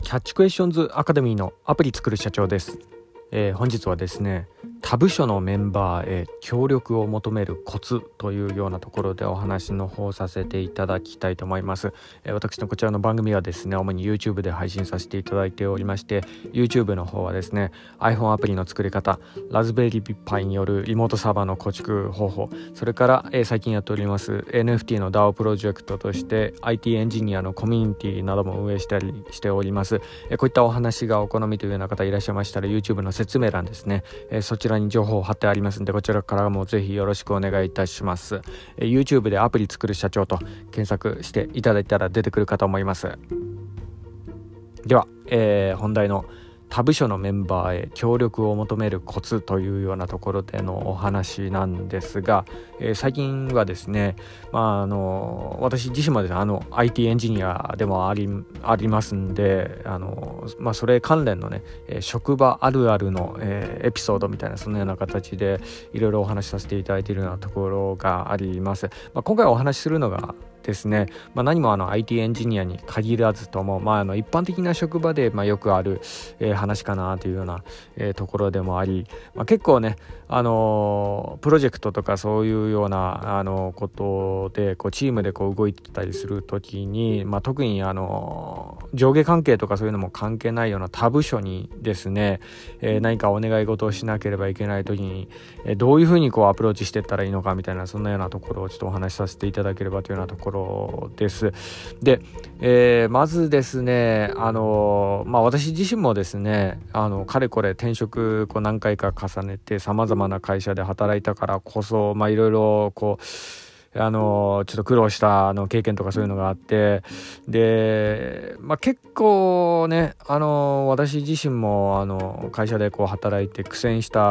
キャッチクエスチョンズアカデミーのアプリ作る社長です。本日はですね、他部署のメンバーへ協力を求めるコツというようなところでお話の方させていただきたいと思います。私のこちらの番組はですね、主に YouTube で配信させていただいておりまして、 YouTube の方はですね iPhone アプリの作り方、ラズベリーパイによるリモートサーバーの構築方法、それから、最近やっております NFT の DAO プロジェクトとして IT エンジニアのコミュニティなども運営したりしております。こういったお話がお好みというような方いらっしゃいましたら YouTube の説明欄ですね、そちらに情報を貼ってありますので、こちらからもぜひよろしくお願いいたします。YouTube でアプリ作る社長と検索していただいたら出てくるかと思います。では、本題の他部署のメンバーへ協力を求めるコツというようなところでのお話なんですが、最近はですね、私自身もですね、IT エンジニアでもありますんで、それ関連のね、職場あるあるの、エピソードみたいな、そのような形でいろいろお話しさせていただいているようなところがあります。今回お話しするのがですね、何もIT エンジニアに限らずとも、一般的な職場で、よくある、話かなというような、ところでもあり、結構ね、プロジェクトとかそういうようなことでチームで動いてたりするときに、特に上下関係とかそういうのも関係ないような他部署にですね、何かお願い事をしなければいけないときに、どういうふうにアプローチしていったらいいのかみたいな、そんなようなところをちょっとお話しさせていただければというようなところです。で、まずですね、私自身もですね、かれこれ転職何回か重ねて様々な会社で働いたからこそ、いろいろちょっと苦労した経験とかそういうのがあって、で、結構ね、私自身も会社で働いて苦戦した、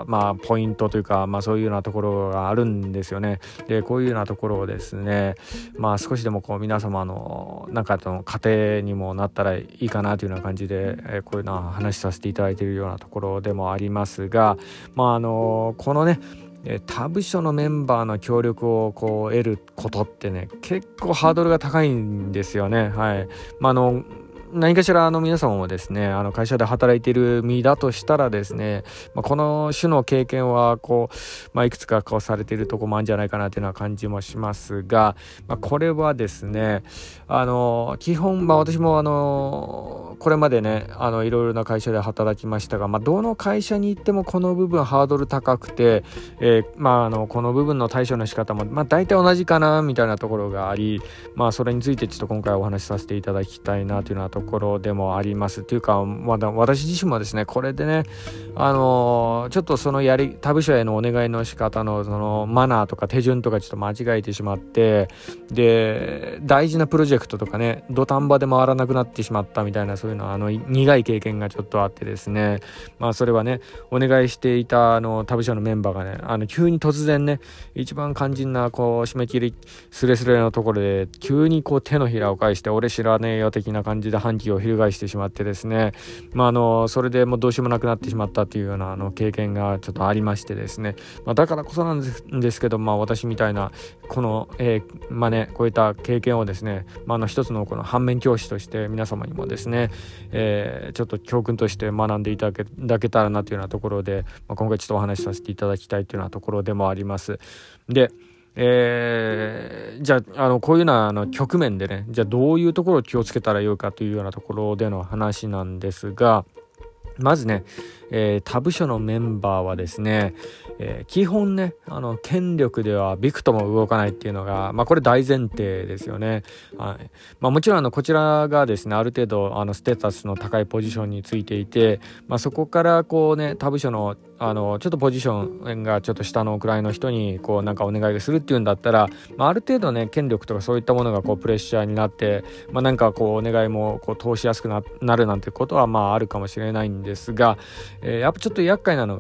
ポイントというか、そういうようなところがあるんですよね。で、こういうようなところをですね、少しでも皆様の中の糧にもなったらいいかなというような感じで、こういうような話させていただいているようなところでもありますが、このね、他部署のメンバーの協力を得ることってね、結構ハードルが高いんですよね。はい。何かしら皆様もですね、会社で働いている身だとしたらですね、この種の経験はいくつかされているところもあるんじゃないかなというような感じもしますが、これはですね、基本、私もこれまでね、いろいろな会社で働きましたが、どの会社に行ってもこの部分ハードル高くて、この部分の対処の仕方も大体同じかなみたいなところがあり、それについてちょっと今回お話しさせていただきたいなというようなところでもあります。というか、私自身もですね、これでね、ちょっとその他部署へのお願いの仕方のそのマナーとか手順とかちょっと間違えてしまって、で、大事なプロジェクトとかね、土壇場で回らなくなってしまったみたいな、そういうの苦い経験がちょっとあってですね、それはね、お願いしていた他部署のメンバーがね、急に突然ね、一番肝心な締め切りスレスレのところで急に手のひらを返して、俺知らねえよ的な感じで反旗を翻してしまってですね、それでもうどうしようもなくなってしまったっていうような経験がちょっとありましてですね、だからこそなんですけど、私みたいなこの、こういった経験をですね、一つのこの反面教師として皆様にもですね、ちょっと教訓として学んでいただけたらなというようなところで、今回ちょっとお話しさせていただきたいというようなところでもあります。で、じゃあこういうような局面でね、じゃあどういうところを気をつけたらよいかというようなところでの話なんですが、まずね、他部署のメンバーはですね、基本ね、権力ではびくとも動かないっていうのが、これ大前提ですよね。はい。もちろんこちらがですね、ある程度ステータスの高いポジションについていて、そこから他部署のちょっとポジションがちょっと下の位の人になんかお願いするっていうんだったら、ある程度ね、権力とかそういったものがプレッシャーになって、なんかお願いも通しやすくなるなんてことはあるかもしれないんですが、やっぱちょっと厄介なのがね、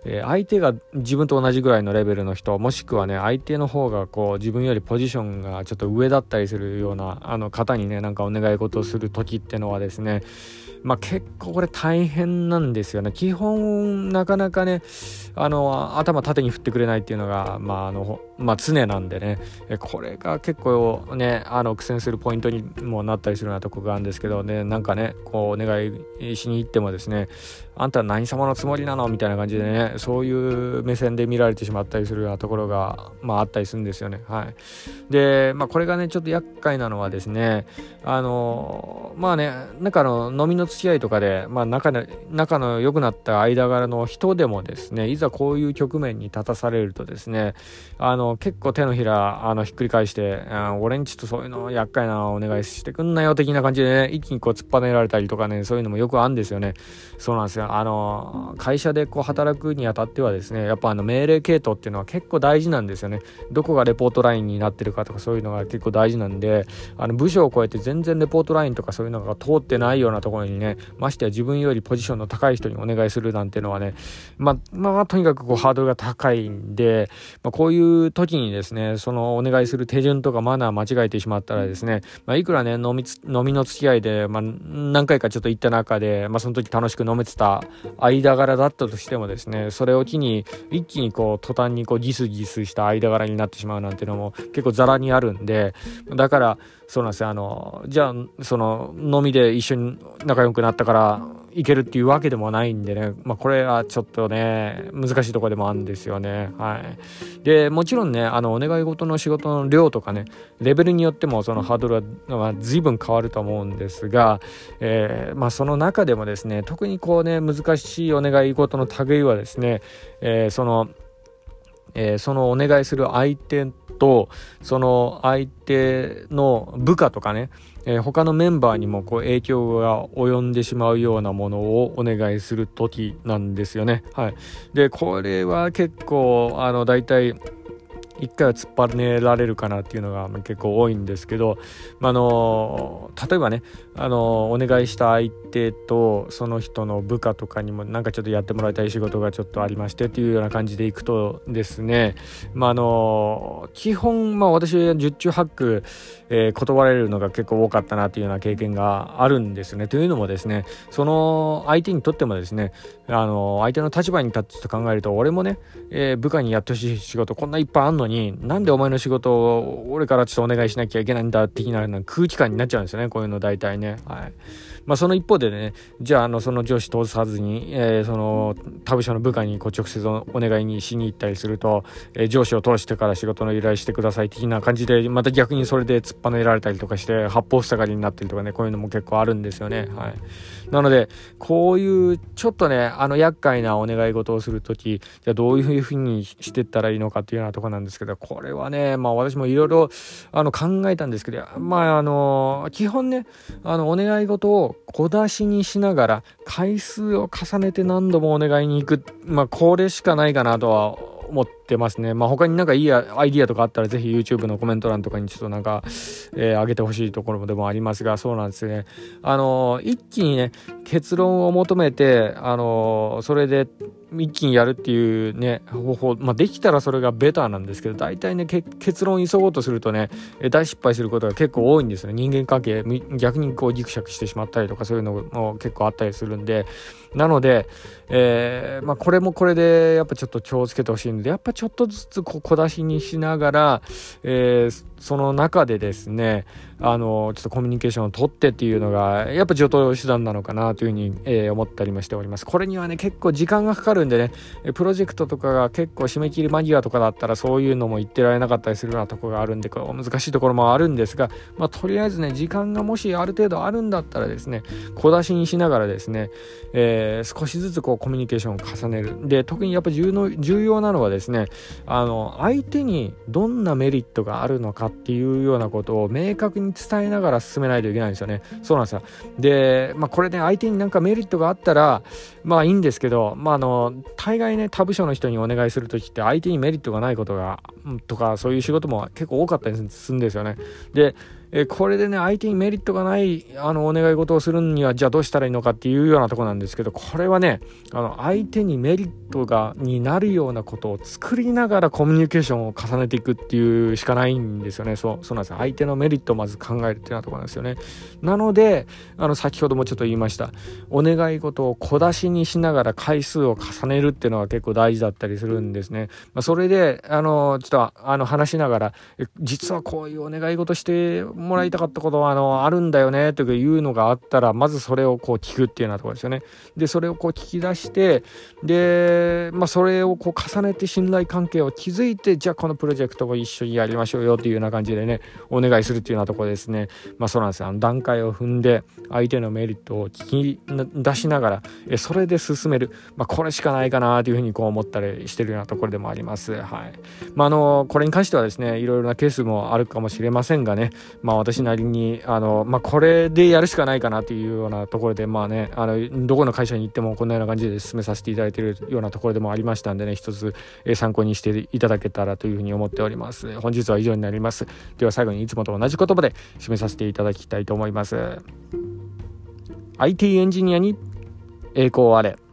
相手が自分と同じぐらいのレベルの人、もしくはね相手の方がこう自分よりポジションがちょっと上だったりするような方にねなんかお願い事をする時ってのはですね、結構これ大変なんですよね。基本なかなかね頭縦に振ってくれないっていうのが常なんでね、これが結構ね苦戦するポイントにもなったりするようなとこがあるんですけどね、なんかねこうお願いしに行ってもですね、あんたは何様のつもりなのみたいな感じでね、そういう目線で見られてしまったりするようなところがあったりするんですよね。はい。でこれがねちょっと厄介なのはですね、なんか飲みの付き合いとかで、仲の良くなった間柄の人でもですね、いざこういう局面に立たされるとですね、結構手のひらひっくり返して、俺にちょっとそういうの厄介なのお願いしてくんなよ的な感じでね、一気にこう突っぱねられたりとかね、そういうのもよくあるんですよね。そうなんですよ。会社でこう働くにあたってはですね、やっぱ命令系統っていうのは結構大事なんですよね。どこがレポートラインになってるかとかそういうのが結構大事なんで、部署を超えて全然レポートラインとかそういうのが通ってないようなところにね、ましてや自分よりポジションの高い人にお願いするなんていうのはね、とにかくこうハードルが高いんで、こういう時にですね、そのお願いする手順とかマナー間違えてしまったらですね、いくらね飲みの付き合いで、何回かちょっと行った中で、その時楽しく飲めてた間柄だったとしてもですね、それを機に一気にこう途端にこうギスギスした間柄になってしまうなんていうのも結構ザラにあるんで、だからそうなんですよ。じゃあその飲みで一緒に仲良くなったからいけるっていうわけでもないんでね、これはちょっとね難しいところでもあるんですよね。はい。でもちろんねお願い事の仕事の量とかねレベルによってもそのハードルは随分変わると思うんですが、その中でもですね、特にこうね難しいお願い事の類はですね、そのお願いする相手とその相手の部下とかね、他のメンバーにもこう影響が及んでしまうようなものをお願いする時なんですよね。はい。でこれは結構だいたい一回は突っ張ねられるかなっていうのが結構多いんですけど、例えばねお願いした相手とその人の部下とかにもなんかちょっとやってもらいたい仕事がちょっとありましてっていうような感じでいくとですね、基本私は十中八九、断られるのが結構多かったなっていうような経験があるんですね。というのもですね、その相手にとってもですね、相手の立場に立って考えると、俺もね、部下にやってほしい仕事こんないっぱいあんのに、なんでお前の仕事を俺からちょっとお願いしなきゃいけないんだ的な空気感になっちゃうんですよね、こういうの大体ね。はい。その一方でね、じゃあその上司通さずに、その他部署の部下にこう直接お願いにしに行ったりすると、上司を通してから仕事の依頼してください的な感じで、また逆にそれで突っぱねられたりとかして八方塞がりになったりとかね、こういうのも結構あるんですよね。はい。なのでこういうちょっとね厄介なお願い事をするとき、じゃあどういうふうにしていったらいいのかっていうようなところなんですけど、これはね私もいろいろ考えたんですけど、基本ねお願い事を小出しにしながら回数を重ねて何度もお願いに行く、これしかないかなとは思ってますね。他になんかいいアイディアとかあったらぜひ YouTube のコメント欄とかにちょっとなんか、上げてほしいところでもありますが、そうなんですね。一気にね結論を求めてそれで一気にやるっていうね方法、できたらそれがベターなんですけど、大体ね結論を急ごうとするとね大失敗することが結構多いんですよね。人間関係逆にこうギクシャクしてしまったりとかそういうのも結構あったりするんで、なので、これもこれでやっぱちょっと気をつけてほしいんで、やっぱちょっとずつ小出しにしながら、その中でですねちょっとコミュニケーションを取ってっていうのがやっぱ常套手段なのかなというふうに、思ったりもしております。これにはね結構時間がかかるんでね、プロジェクトとかが結構締め切り間際とかだったらそういうのも言ってられなかったりするようなところがあるんで、これ難しいところもあるんですが、とりあえずね時間がもしある程度あるんだったらですね小出しにしながらですね、少しずつこうコミュニケーションを重ねる。で特にやっぱ重要なのはですね相手にどんなメリットがあるのかっていうようなことを明確に伝えながら進めないといけないんですよね。そうなんですよ。でこれね相手になんかメリットがあったらいいんですけど、大概ね他部署の人にお願いするときって相手にメリットがないことがとかそういう仕事も結構多かったりするんですよね。でこれでね相手にメリットがないお願い事をするにはじゃあどうしたらいいのかっていうようなところなんですけど、これはね相手にメリットになるようなことを作りながらコミュニケーションを重ねていくっていうしかないんですよね。そうなんですよ。相手のメリットをまず考えるっていうようなところなんですよね。なので先ほどもちょっと言いましたお願い事を小出しにしながら回数を重ねるっていうのが結構大事だったりするんですね。それでちょっと話しながら実はこういうお願い事してもらいたかったことはあるんだよねというのがあったら、まずそれをこう聞くっていうようなところですよね。でそれをこう聞き出して、でそれをこう重ねて信頼関係を築いて、じゃあこのプロジェクトを一緒にやりましょうよっていうような感じでねお願いするっていうようなところですね。そうなんですよ。段階を踏んで相手のメリットを聞き出しながらそれで進める、これしかないかなというふうにこう思ったりしてるようなところでもあります。はい。これに関してはですねいろいろなケースもあるかもしれませんがね、私なりにこれでやるしかないかなというようなところでどこの会社に行ってもこんなような感じで進めさせていただいているようなところでもありましたんでね、一つ参考にしていただけたらというふうに思っております。本日は以上になります。では最後にいつもと同じ言葉で締めさせていただきたいと思います。IT エンジニアに栄光あれ。